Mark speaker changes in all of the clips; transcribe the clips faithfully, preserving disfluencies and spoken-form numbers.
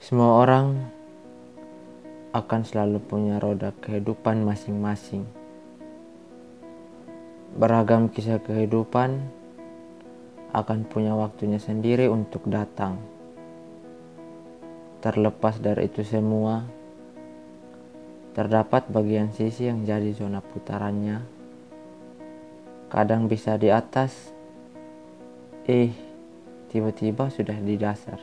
Speaker 1: Semua orang akan selalu punya roda kehidupan masing-masing. Beragam kisah kehidupan akan punya waktunya sendiri untuk datang. Terlepas dari itu semua, terdapat bagian sisi yang jadi zona putarannya. Kadang bisa di atas, eh tiba-tiba sudah di dasar.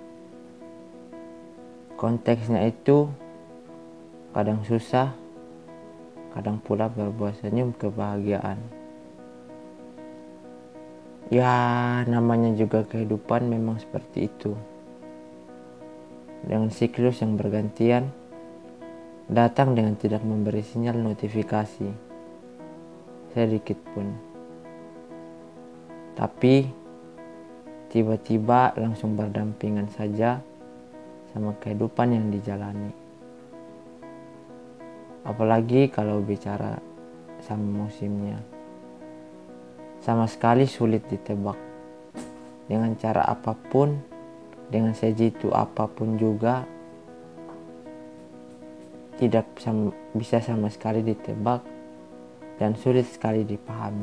Speaker 1: Konteksnya itu kadang susah, kadang pula berbuah senyum kebahagiaan. Ya, namanya juga kehidupan memang seperti itu. Dengan siklus yang bergantian, datang dengan tidak memberi sinyal notifikasi sedikit pun. Tapi tiba-tiba langsung berdampingan saja sama kehidupan yang dijalani. Apalagi kalau bicara sama musimnya. Sama sekali sulit ditebak. Dengan cara apapun, dengan sejitu apapun juga, tidak bisa sama sekali ditebak dan sulit sekali dipahami.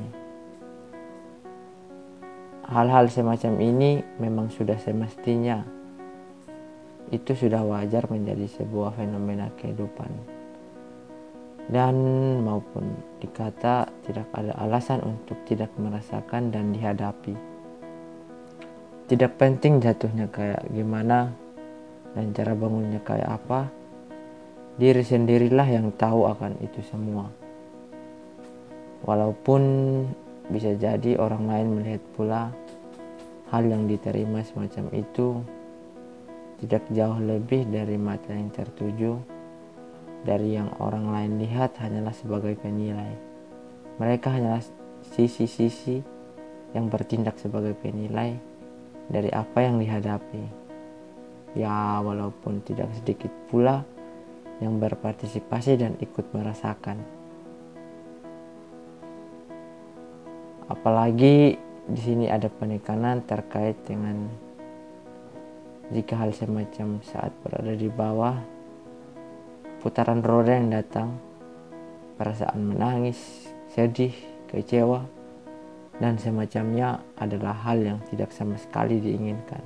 Speaker 1: Hal-hal semacam ini memang sudah semestinya. Itu sudah wajar menjadi sebuah fenomena kehidupan. Dan maupun dikata tidak ada alasan untuk tidak merasakan dan dihadapi. Tidak penting jatuhnya kayak gimana dan cara bangunnya kayak apa. Diri sendirilah yang tahu akan itu semua. Walaupun bisa jadi orang lain melihat pula hal yang diterima semacam itu tidak jauh lebih dari mata yang tertuju. Dari yang orang lain lihat hanyalah sebagai penilai. Mereka hanyalah sisi-sisi yang bertindak sebagai penilai dari apa yang dihadapi. Ya, walaupun tidak sedikit pula yang berpartisipasi dan ikut merasakan. Apalagi di sini ada penekanan terkait dengan jika hal semacam saat berada di bawah, putaran roda yang datang, perasaan menangis, sedih, kecewa, dan semacamnya adalah hal yang tidak sama sekali diinginkan.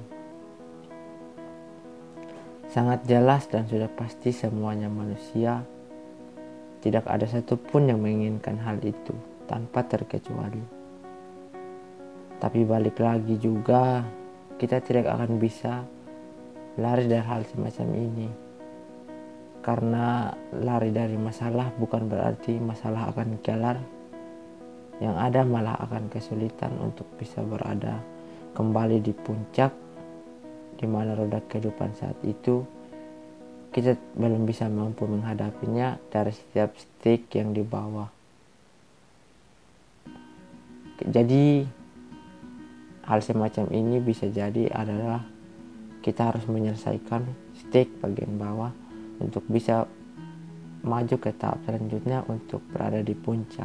Speaker 1: Sangat jelas dan sudah pasti semuanya manusia, tidak ada satupun yang menginginkan hal itu tanpa terkecuali. Tapi balik lagi juga, kita tidak akan bisa lari dari hal semacam ini. Karena lari dari masalah bukan berarti masalah akan kelar. Yang ada malah akan kesulitan untuk bisa berada kembali di puncak, di mana roda kehidupan saat itu kita belum bisa mampu menghadapinya dari setiap stick yang di bawah. Jadi hal semacam ini bisa jadi adalah kita harus menyelesaikan stick bagian bawah untuk bisa maju ke tahap selanjutnya untuk berada di puncak.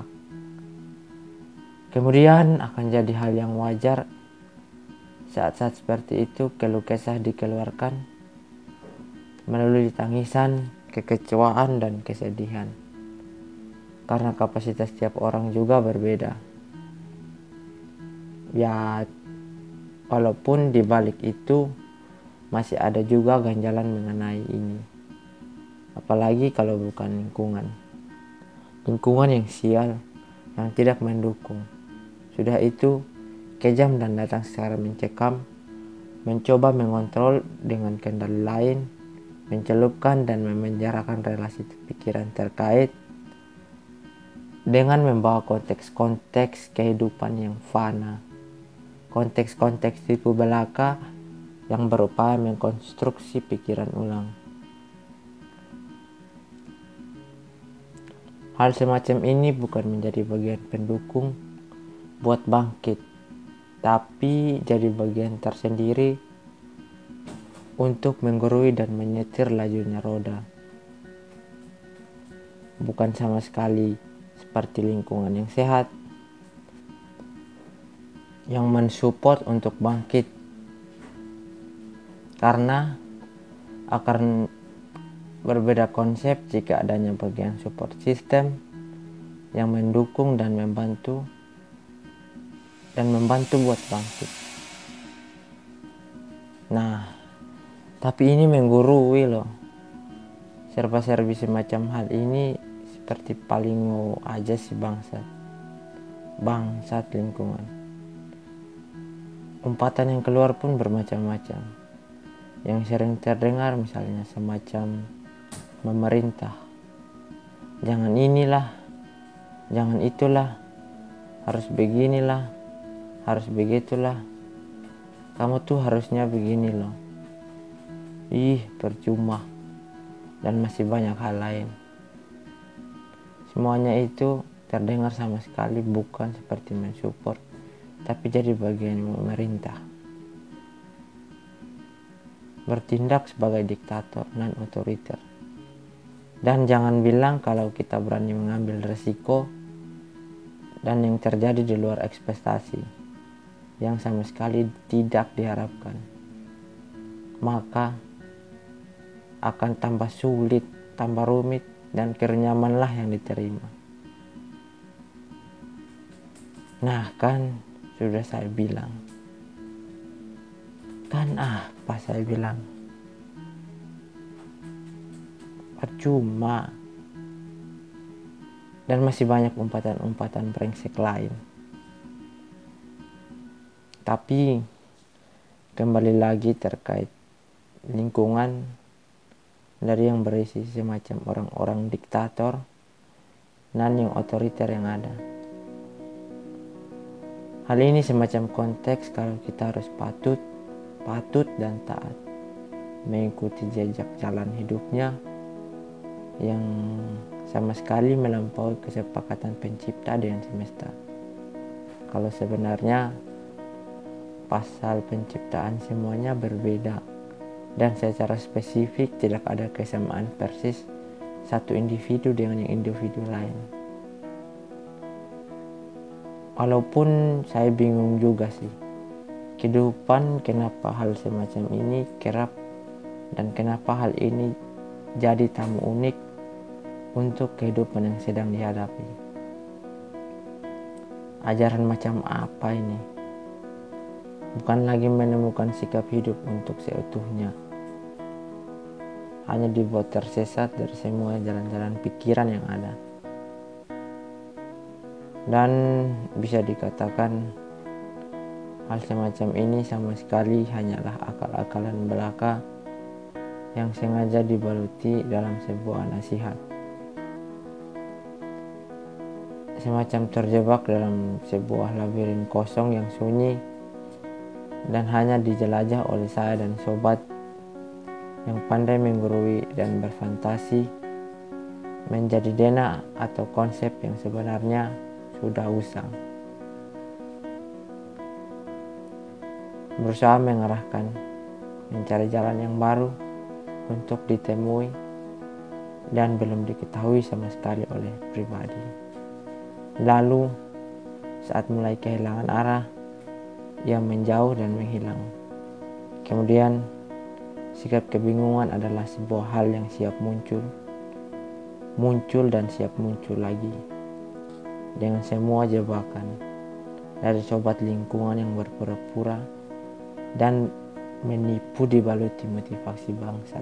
Speaker 1: Kemudian akan jadi hal yang wajar saat-saat seperti itu keluh kesah dikeluarkan melalui tangisan, kekecewaan, dan kesedihan. Karena kapasitas setiap orang juga berbeda. Ya, walaupun di balik itu masih ada juga ganjalan mengenai ini. Apalagi kalau bukan lingkungan. Lingkungan yang sial, yang tidak mendukung. Sudah itu, kejam dan datang secara mencekam, mencoba mengontrol dengan kendali lain, mencelupkan dan memenjarakan relasi pikiran terkait dengan membawa konteks-konteks kehidupan yang fana. Konteks-konteks tipu belaka yang berupaya mengkonstruksi pikiran ulang. Hal semacam ini bukan menjadi bagian pendukung buat bangkit, tapi jadi bagian tersendiri untuk menggurui dan menyetir lajunya roda. Bukan sama sekali seperti lingkungan yang sehat, yang mensupport untuk bangkit. Karena akan berbeda konsep jika adanya bagian support system yang mendukung dan membantu dan membantu buat bangkit. Nah, tapi ini menggurui loh. Serba-serbi semacam hal ini seperti paling mau aja si bangsat. Bangsat lingkungan. Umpatan yang keluar pun bermacam-macam. Yang sering terdengar misalnya semacam memerintah. Jangan inilah, jangan itulah, harus beginilah, harus begitulah. Kamu tuh harusnya begini loh. Ih, percuma. Dan masih banyak hal lain. Semuanya itu terdengar sama sekali bukan seperti mensupport, tapi jadi bagian pemerintah. Bertindak sebagai diktator non-otoriter. Dan jangan bilang kalau kita berani mengambil resiko dan yang terjadi di luar ekspektasi, yang sama sekali tidak diharapkan, maka akan tambah sulit, tambah rumit, dan kenyamanlah yang diterima. Nah kan sudah saya bilang, kan apa saya bilang, percuma. Dan masih banyak umpatan-umpatan brengsek lain. Tapi kembali lagi terkait lingkungan dari yang berisi semacam orang-orang diktator dan yang otoriter yang ada. Hal ini semacam konteks kalau kita harus patut, patut dan taat mengikuti jejak jalan hidupnya yang sama sekali melampaui kesepakatan pencipta dengan semesta. Kalau sebenarnya pasal penciptaan semuanya berbeda dan secara spesifik tidak ada kesamaan persis satu individu dengan yang individu lain. Walaupun saya bingung juga sih, kehidupan kenapa hal semacam ini kerap dan kenapa hal ini jadi tamu unik untuk kehidupan yang sedang dihadapi. Ajaran macam apa ini? Bukan lagi menemukan sikap hidup untuk seutuhnya. Hanya dibuat tersesat dari semua jalan-jalan pikiran yang ada. Dan bisa dikatakan hal semacam ini sama sekali hanyalah akal-akalan belaka yang sengaja dibaluti dalam sebuah nasihat. Semacam terjebak dalam sebuah labirin kosong yang sunyi dan hanya dijelajah oleh saya dan sobat yang pandai menggurui dan berfantasi menjadi denah atau konsep yang sebenarnya sudah usang. Berusaha mengarahkan, mencari jalan yang baru untuk ditemui dan belum diketahui sama sekali oleh pribadi. Lalu saat mulai kehilangan arah, ia menjauh dan menghilang. Kemudian sikap kebingungan adalah sebuah hal yang siap muncul, muncul dan siap muncul lagi. Dengan semua jebakan dari sobat lingkungan yang berpura-pura dan menipu dibaluti motivasi bangsat.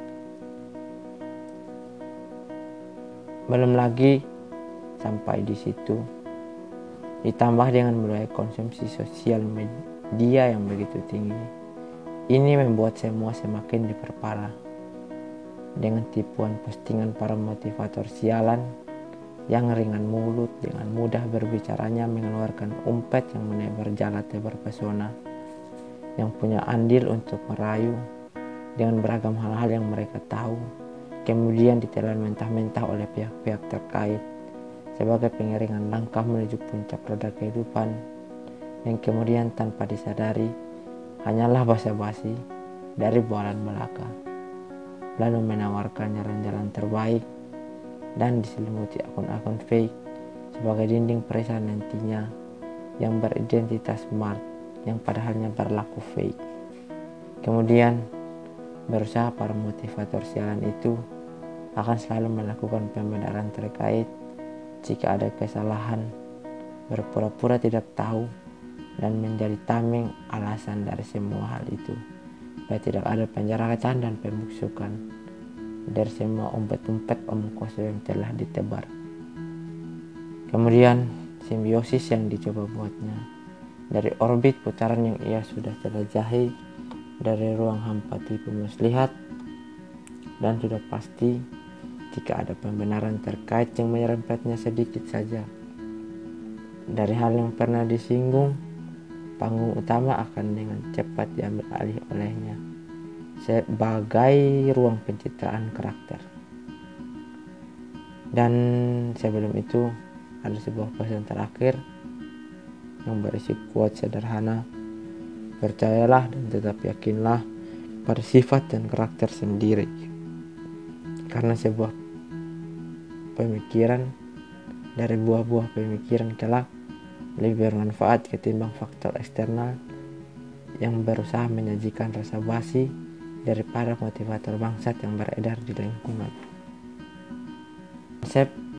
Speaker 1: Belum lagi sampai di situ ditambah dengan budaya konsumsi sosial media yang begitu tinggi. Ini membuat semua semakin diperparah dengan tipuan postingan para motivator sialan yang ringan mulut, dengan mudah berbicaranya mengeluarkan umpet yang menebar jala tebar pesona, yang punya andil untuk merayu dengan beragam hal-hal yang mereka tahu, kemudian ditelan mentah-mentah oleh pihak-pihak terkait sebagai pengiringan langkah menuju puncak roda kehidupan, yang kemudian tanpa disadari hanyalah basa-basi dari bualan belaka, lalu menawarkan jalan-jalan terbaik dan diselimuti akun-akun fake sebagai dinding perisai nantinya yang beridentitas smart yang padahalnya berlaku fake. Kemudian berusaha para motivator sialan itu akan selalu melakukan pembenaran terkait jika ada kesalahan, berpura-pura tidak tahu, dan menjadi tameng alasan dari semua hal itu, supaya tidak ada penjarahan dan pembusukan dari semua umpet-umpet omong kosong yang telah ditebar. Kemudian simbiosis yang dicoba buatnya dari orbit putaran yang ia sudah jelajahi, dari ruang hampa tipu muslihat, dan sudah pasti jika ada pembenaran terkait yang menyerempetnya sedikit saja dari hal yang pernah disinggung, panggung utama akan dengan cepat diambil alih olehnya sebagai ruang pencitraan karakter. Dan sebelum itu ada sebuah pesan terakhir yang berisi quote sederhana, percayalah dan tetap yakinlah pada sifat dan karakter sendiri, karena sebuah pemikiran dari buah-buah pemikiran kelak lebih bermanfaat ketimbang faktor eksternal yang berusaha menyajikan rasa basi daripada motivator bangsat yang beredar di lingkungan. Konsep